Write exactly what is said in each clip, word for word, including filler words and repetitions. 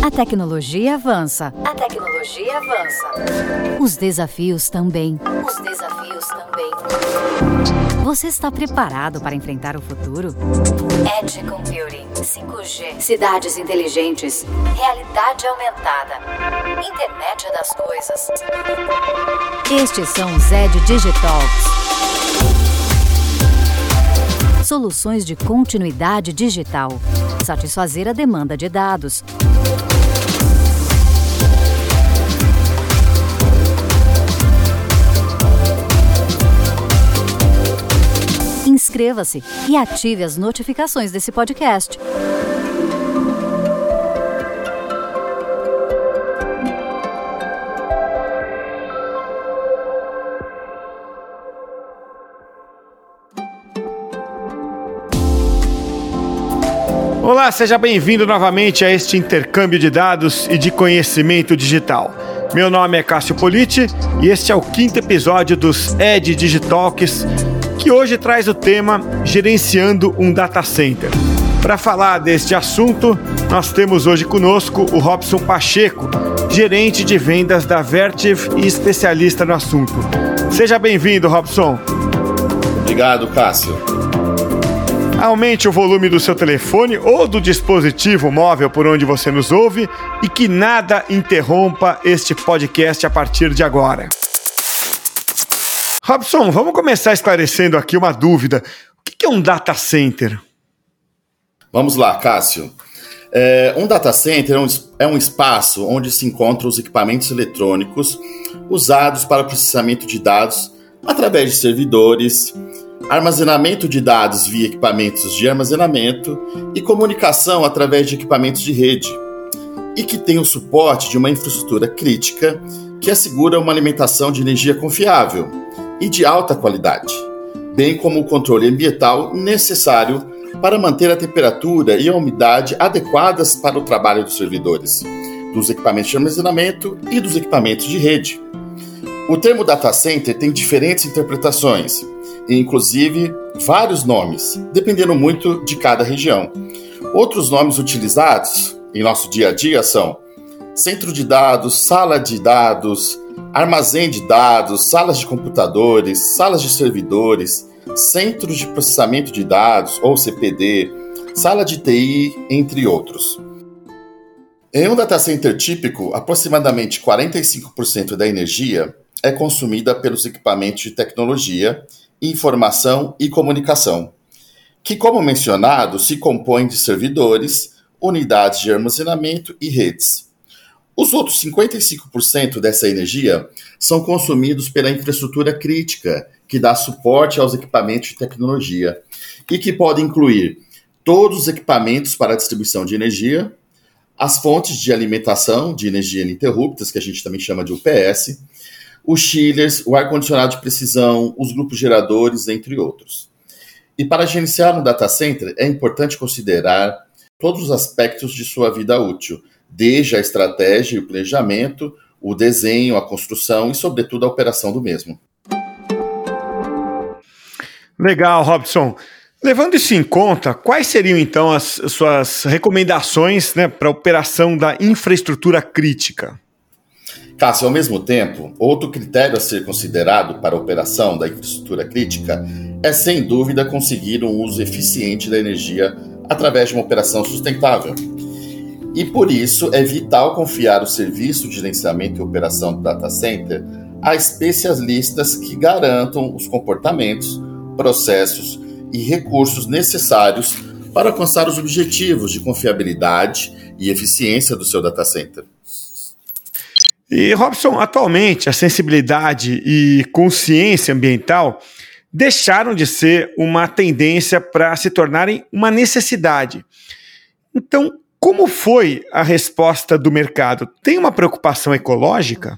A tecnologia avança. A tecnologia avança. Os desafios também. Os desafios também. Você está preparado para enfrentar o futuro? Edge Computing, cinco G, cidades inteligentes, realidade aumentada, internet das coisas. Estes são os Edge Digitalks. Soluções de continuidade digital. Satisfazer a demanda de dados. Inscreva-se e ative as notificações desse podcast. Olá, seja bem-vindo novamente a este intercâmbio de dados e de conhecimento digital. Meu nome é Cássio Politi e este é o quinto episódio dos Edge Digitalks, que hoje traz o tema Gerenciando um Data Center. Para falar deste assunto, nós temos hoje conosco o Robson Pacheco, gerente de vendas da Vertiv e especialista no assunto. Seja bem-vindo, Robson. Obrigado, Cássio. Aumente o volume do seu telefone ou do dispositivo móvel por onde você nos ouve e que nada interrompa este podcast a partir de agora. Robson, vamos começar esclarecendo aqui uma dúvida. O que é um data center? Vamos lá, Cássio. É, um data center é um, é um espaço onde se encontram os equipamentos eletrônicos usados para o processamento de dados através de servidores, armazenamento de dados via equipamentos de armazenamento e comunicação através de equipamentos de rede, e que tem o suporte de uma infraestrutura crítica que assegura uma alimentação de energia confiável e de alta qualidade, bem como o controle ambiental necessário para manter a temperatura e a umidade adequadas para o trabalho dos servidores, dos equipamentos de armazenamento e dos equipamentos de rede. O termo data center tem diferentes interpretações, e inclusive vários nomes, dependendo muito de cada região. Outros nomes utilizados em nosso dia a dia são centro de dados, sala de dados, armazém de dados, salas de computadores, salas de servidores, centros de processamento de dados, ou C P D, sala de T I, entre outros. Em um data center típico, aproximadamente quarenta e cinco por cento da energia é consumida pelos equipamentos de tecnologia, informação e comunicação, que, como mencionado, se compõem de servidores, unidades de armazenamento e redes. Os outros cinquenta e cinco por cento dessa energia são consumidos pela infraestrutura crítica, que dá suporte aos equipamentos de tecnologia, e que pode incluir todos os equipamentos para a distribuição de energia, as fontes de alimentação de energia ininterruptas, que a gente também chama de U P S, os chillers, o ar-condicionado de precisão, os grupos geradores, entre outros. E para gerenciar um data center, é importante considerar todos os aspectos de sua vida útil, desde a estratégia e o planejamento, o desenho, a construção e, sobretudo, a operação do mesmo. Legal, Robson. Levando isso em conta, quais seriam, então, as suas recomendações, né, para a operação da infraestrutura crítica? Cássio, ao mesmo tempo, outro critério a ser considerado para a operação da infraestrutura crítica é, sem dúvida, conseguir um uso eficiente da energia através de uma operação sustentável. E por isso é vital confiar o serviço de gerenciamento e operação do data center a especialistas que garantam os comportamentos, processos e recursos necessários para alcançar os objetivos de confiabilidade e eficiência do seu data center. E, Robson, atualmente a sensibilidade e consciência ambiental deixaram de ser uma tendência para se tornarem uma necessidade. Então, como foi a resposta do mercado? Tem uma preocupação ecológica?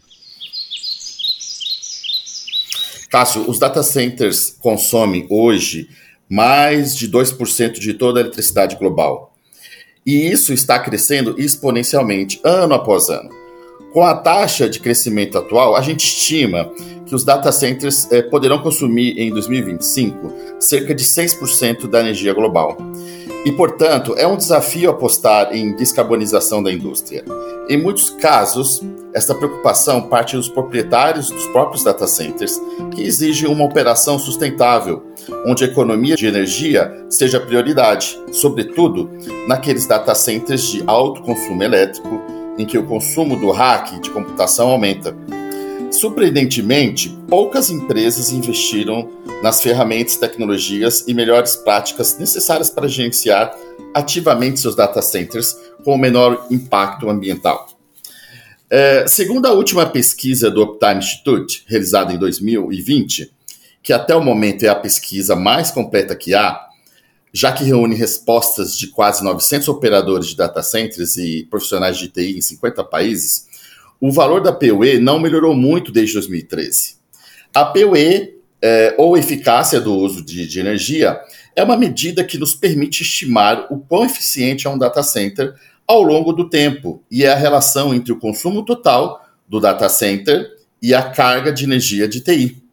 Cássio, os data centers consomem hoje mais de dois por cento de toda a eletricidade global. E isso está crescendo exponencialmente, ano após ano. Com a taxa de crescimento atual, a gente estima que os data centers eh, poderão consumir em dois mil e vinte e cinco cerca de seis por cento da energia global. E, portanto, é um desafio apostar em descarbonização da indústria. Em muitos casos, esta preocupação parte dos proprietários dos próprios data centers, que exigem uma operação sustentável, onde a economia de energia seja prioridade, sobretudo naqueles data centers de alto consumo elétrico, em que o consumo do rack de computação aumenta. Surpreendentemente, poucas empresas investiram nas ferramentas, tecnologias e melhores práticas necessárias para gerenciar ativamente seus data centers com o menor impacto ambiental. É, segundo a última pesquisa do Uptime Institute, realizada em dois mil e vinte, que até o momento é a pesquisa mais completa que há, já que reúne respostas de quase novecentos operadores de data centers e profissionais de T I em cinquenta países, o valor da P U E não melhorou muito desde dois mil e treze. A P U E, é, ou eficácia do uso de, de energia, é uma medida que nos permite estimar o quão eficiente é um data center ao longo do tempo, e é a relação entre o consumo total do data center e a carga de energia de T I.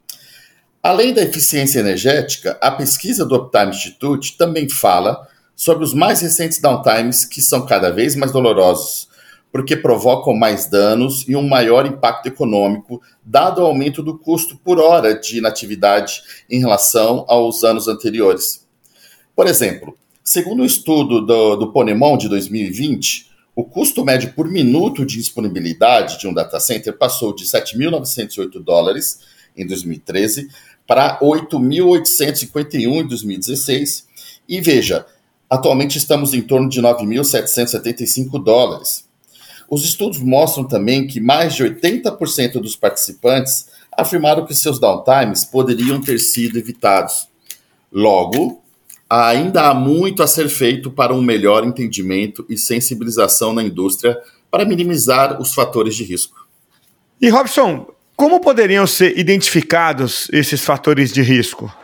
Além da eficiência energética, a pesquisa do Uptime Institute também fala sobre os mais recentes downtimes, que são cada vez mais dolorosos, porque provocam mais danos e um maior impacto econômico, dado o aumento do custo por hora de inatividade em relação aos anos anteriores. Por exemplo, segundo o estudo do, do Ponemon de dois mil e vinte, o custo médio por minuto de disponibilidade de um data center passou de sete mil novecentos e oito dólares em dois mil e treze para oito mil oitocentos e cinquenta e um em dois mil e dezesseis, e veja, atualmente estamos em torno de nove mil setecentos e setenta e cinco dólares. Os estudos mostram também que mais de oitenta por cento dos participantes afirmaram que seus downtimes poderiam ter sido evitados. Logo, ainda há muito a ser feito para um melhor entendimento e sensibilização na indústria para minimizar os fatores de risco. E, Robson, como poderiam ser identificados esses fatores de risco?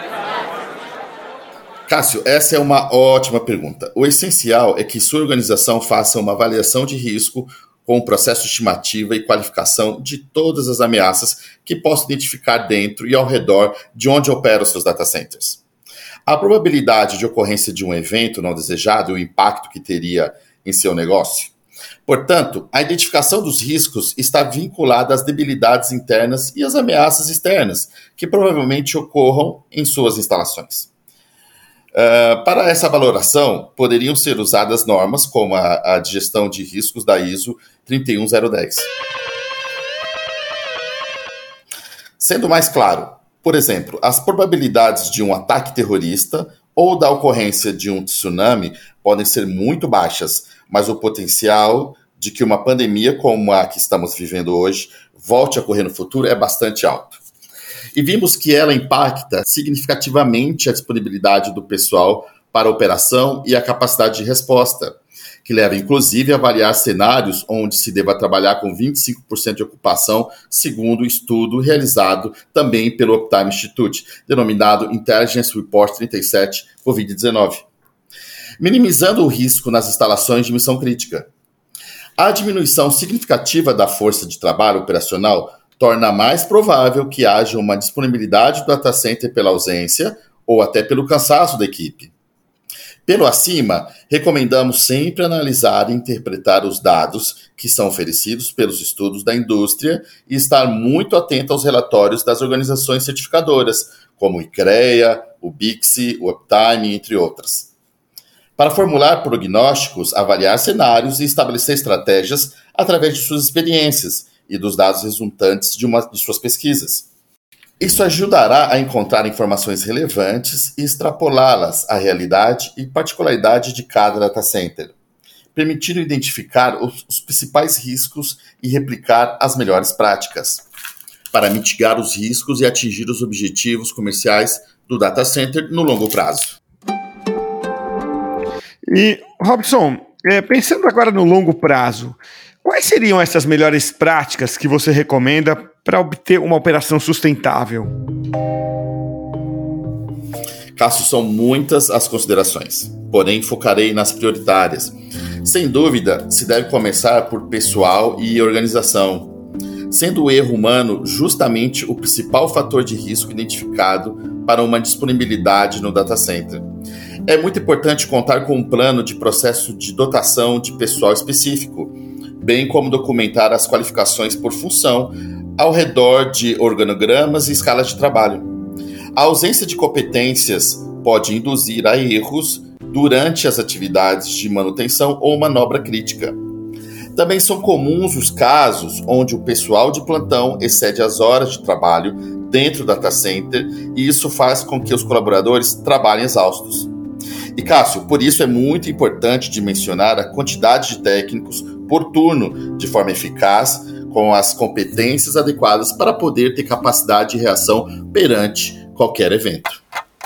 Cássio, essa é uma ótima pergunta. O essencial é que sua organização faça uma avaliação de risco com o processo de estimativa e qualificação de todas as ameaças que possa identificar dentro e ao redor de onde operam seus data centers. A probabilidade de ocorrência de um evento não desejado e o impacto que teria em seu negócio. Portanto, a identificação dos riscos está vinculada às debilidades internas e às ameaças externas que provavelmente ocorram em suas instalações. Uh, para essa valoração, poderiam ser usadas normas como a, a de gestão de riscos da I S O trinta e um zero dez. Sendo mais claro, por exemplo, as probabilidades de um ataque terrorista ou da ocorrência de um tsunami podem ser muito baixas, mas o potencial de que uma pandemia como a que estamos vivendo hoje volte a ocorrer no futuro é bastante alto. E vimos que ela impacta significativamente a disponibilidade do pessoal para a operação e a capacidade de resposta, que leva inclusive a avaliar cenários onde se deva trabalhar com vinte e cinco por cento de ocupação, segundo o estudo realizado também pelo Uptime Institute, denominado Intelligence Report trinta e sete covid dezenove, minimizando o risco nas instalações de missão crítica. A diminuição significativa da força de trabalho operacional torna mais provável que haja uma disponibilidade do data center pela ausência ou até pelo cansaço da equipe. Pelo acima, recomendamos sempre analisar e interpretar os dados que são oferecidos pelos estudos da indústria e estar muito atento aos relatórios das organizações certificadoras, como o ICREA, o B I C S I, o Uptime, entre outras. Para formular prognósticos, avaliar cenários e estabelecer estratégias através de suas experiências e dos dados resultantes de, uma, de suas pesquisas. Isso ajudará a encontrar informações relevantes e extrapolá-las à realidade e particularidade de cada data center, permitindo identificar os, os principais riscos e replicar as melhores práticas, para mitigar os riscos e atingir os objetivos comerciais do data center no longo prazo. E, Robson, é, pensando agora no longo prazo, quais seriam essas melhores práticas que você recomenda para obter uma operação sustentável? Cássio, são muitas as considerações, porém focarei nas prioritárias. Sem dúvida, se deve começar por pessoal e organização, sendo o erro humano justamente o principal fator de risco identificado para uma disponibilidade no data center. é muito importante contar com um plano de processo de dotação de pessoal específico, bem como documentar as qualificações por função ao redor de organogramas e escalas de trabalho. A ausência de competências pode induzir a erros durante as atividades de manutenção ou manobra crítica. Também são comuns os casos onde o pessoal de plantão excede as horas de trabalho dentro do data center e isso faz com que os colaboradores trabalhem exaustos. E Cássio, por isso é muito importante dimensionar a quantidade de técnicos por turno de forma eficaz, com as competências adequadas para poder ter capacidade de reação perante qualquer evento.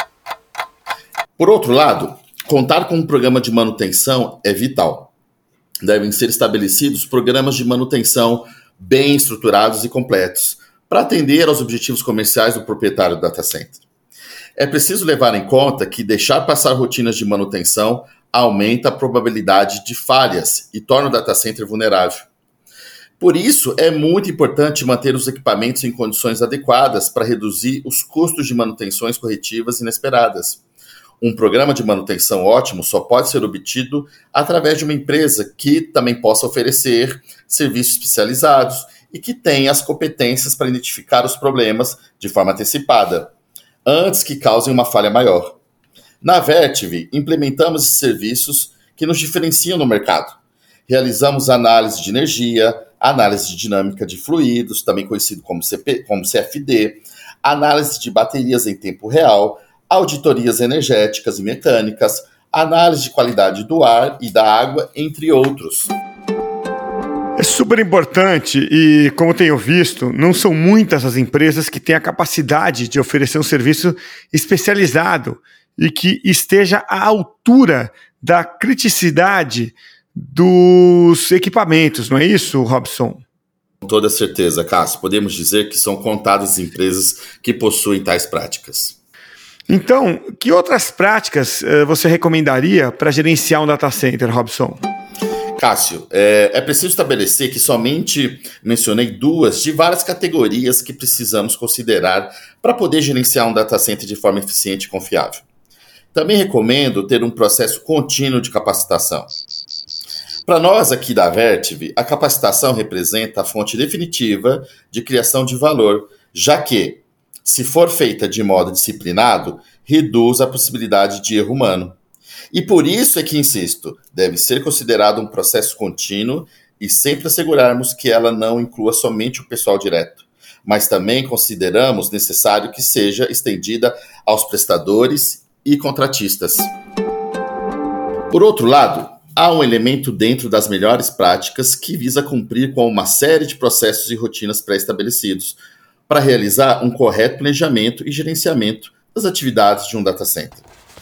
Por outro lado, contar com um programa de manutenção é vital. Devem ser estabelecidos programas de manutenção bem estruturados e completos, para atender aos objetivos comerciais do proprietário do data center. É preciso levar em conta que deixar passar rotinas de manutenção aumenta a probabilidade de falhas e torna o data center vulnerável. Por isso, é muito importante manter os equipamentos em condições adequadas para reduzir os custos de manutenções corretivas inesperadas. Um programa de manutenção ótimo só pode ser obtido através de uma empresa que também possa oferecer serviços especializados e que tenha as competências para identificar os problemas de forma antecipada, antes que causem uma falha maior. Na Vertiv, implementamos esses serviços que nos diferenciam no mercado. Realizamos análise de energia, análise de dinâmica de fluidos, também conhecido como, C P, como C F D, análise de baterias em tempo real, auditorias energéticas e mecânicas, análise de qualidade do ar e da água, entre outros. É super importante e, como tenho visto, não são muitas as empresas que têm a capacidade de oferecer um serviço especializado e que esteja à altura da criticidade dos equipamentos, não é isso, Robson? Com toda certeza, Cássio. Podemos dizer que são contadas as empresas que possuem tais práticas. Então, que outras práticas uh, você recomendaria para gerenciar um data center, Robson? Cássio, é, é preciso estabelecer que somente mencionei duas de várias categorias que precisamos considerar para poder gerenciar um data center de forma eficiente e confiável. Também recomendo ter um processo contínuo de capacitação. Para nós aqui da Vertiv, a capacitação representa a fonte definitiva de criação de valor, já que, se for feita de modo disciplinado, reduz a possibilidade de erro humano. E por isso é que insisto, deve ser considerado um processo contínuo e sempre assegurarmos que ela não inclua somente o pessoal direto, mas também consideramos necessário que seja estendida aos prestadores e contratistas. Por outro lado, há um elemento dentro das melhores práticas que visa cumprir com uma série de processos e rotinas pré-estabelecidos para realizar um correto planejamento e gerenciamento das atividades de um data center.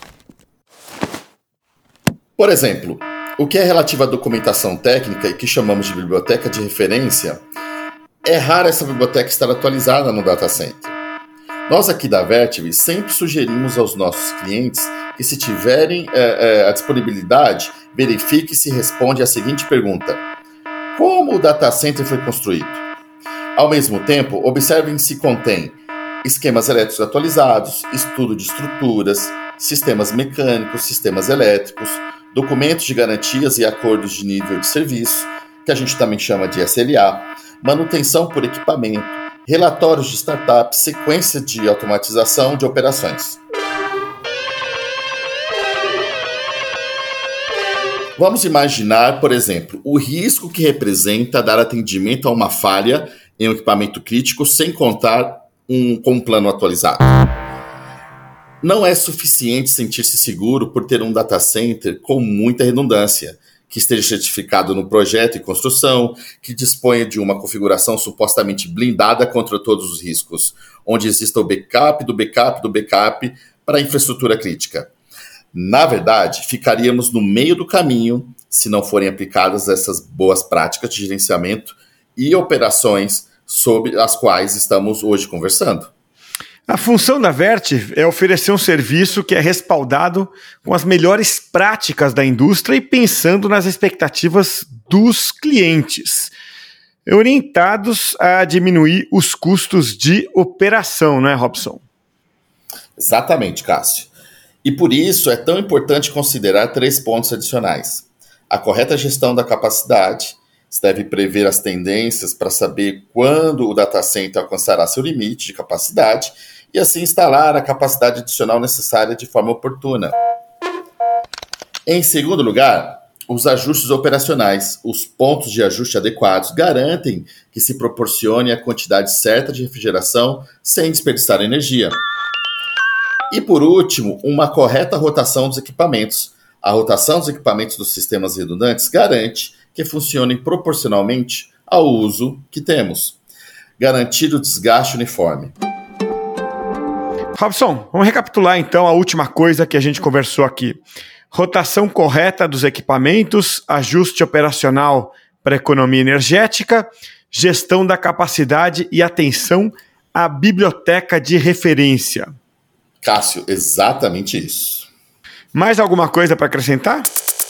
Por exemplo, o que é relativo à documentação técnica e que chamamos de biblioteca de referência, é raro essa biblioteca estar atualizada no data center. Nós aqui da Vertiv sempre sugerimos aos nossos clientes que, se tiverem é, é, a disponibilidade, verifique se responde à seguinte pergunta: como o data center foi construído? Ao mesmo tempo, observem se contém esquemas elétricos atualizados, estudo de estruturas, sistemas mecânicos, sistemas elétricos, documentos de garantias e acordos de nível de serviço, que a gente também chama de S L A, manutenção por equipamento, relatórios de startup, sequência de automatização de operações. Vamos imaginar, por exemplo, o risco que representa dar atendimento a uma falha em um equipamento crítico sem contar um, com um plano atualizado. Não é suficiente sentir-se seguro por ter um data center com muita redundância, que esteja certificado no projeto e construção, que disponha de uma configuração supostamente blindada contra todos os riscos, onde exista o backup do backup do backup para a infraestrutura crítica. Na verdade, ficaríamos no meio do caminho se não forem aplicadas essas boas práticas de gerenciamento e operações sobre as quais estamos hoje conversando. A função da Vertiv é oferecer um serviço que é respaldado com as melhores práticas da indústria e pensando nas expectativas dos clientes, orientados a diminuir os custos de operação, não é, Robson? Exatamente, Cássio. E por isso é tão importante considerar três pontos adicionais. A correta gestão da capacidade. Você deve prever as tendências para saber quando o data center alcançará seu limite de capacidade e assim instalar a capacidade adicional necessária de forma oportuna. Em segundo lugar, os ajustes operacionais. Os pontos de ajuste adequados garantem que se proporcione a quantidade certa de refrigeração sem desperdiçar energia. E por último, uma correta rotação dos equipamentos. A rotação dos equipamentos dos sistemas redundantes garante que funcionem proporcionalmente ao uso que temos, garantir o desgaste uniforme. Robson, vamos recapitular então a última coisa que a gente conversou aqui. Rotação correta dos equipamentos, ajuste operacional para economia energética, gestão da capacidade e atenção à biblioteca de referência. Cássio, exatamente isso. Mais alguma coisa para acrescentar?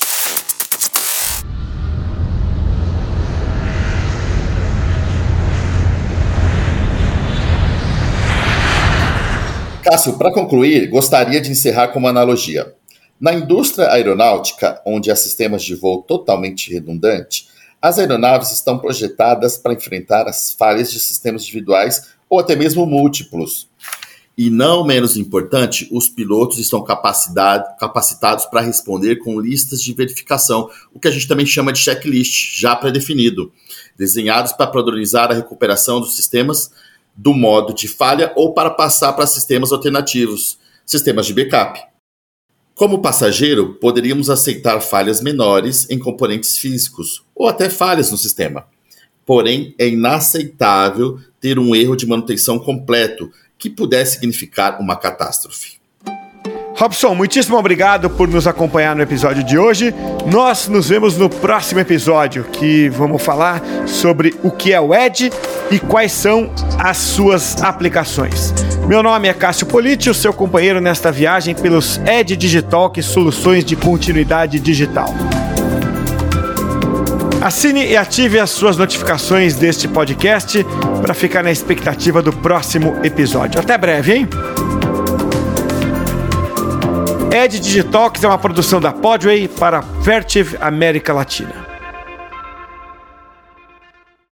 Cássio, para concluir, gostaria de encerrar com uma analogia. Na indústria aeronáutica, onde há sistemas de voo totalmente redundantes, as aeronaves estão projetadas para enfrentar as falhas de sistemas individuais ou até mesmo múltiplos. E não menos importante, os pilotos estão capacitados para responder com listas de verificação, o que a gente também chama de checklist, já pré-definido, desenhados para padronizar a recuperação dos sistemas do modo de falha ou para passar para sistemas alternativos, sistemas de backup. Como passageiro, poderíamos aceitar falhas menores em componentes físicos ou até falhas no sistema. Porém, é inaceitável ter um erro de manutenção completo que pudesse significar uma catástrofe. Robson, muitíssimo obrigado por nos acompanhar no episódio de hoje. Nós nos vemos no próximo episódio, que vamos falar sobre o que é o Edge e quais são as suas aplicações. Meu nome é Cássio Politi, o seu companheiro nesta viagem pelos Edge Digital, que soluções de continuidade digital. Assine e ative as suas notificações deste podcast para ficar na expectativa do próximo episódio. Até breve, hein? Edge Digital é uma produção da Podway para Vertiv América Latina.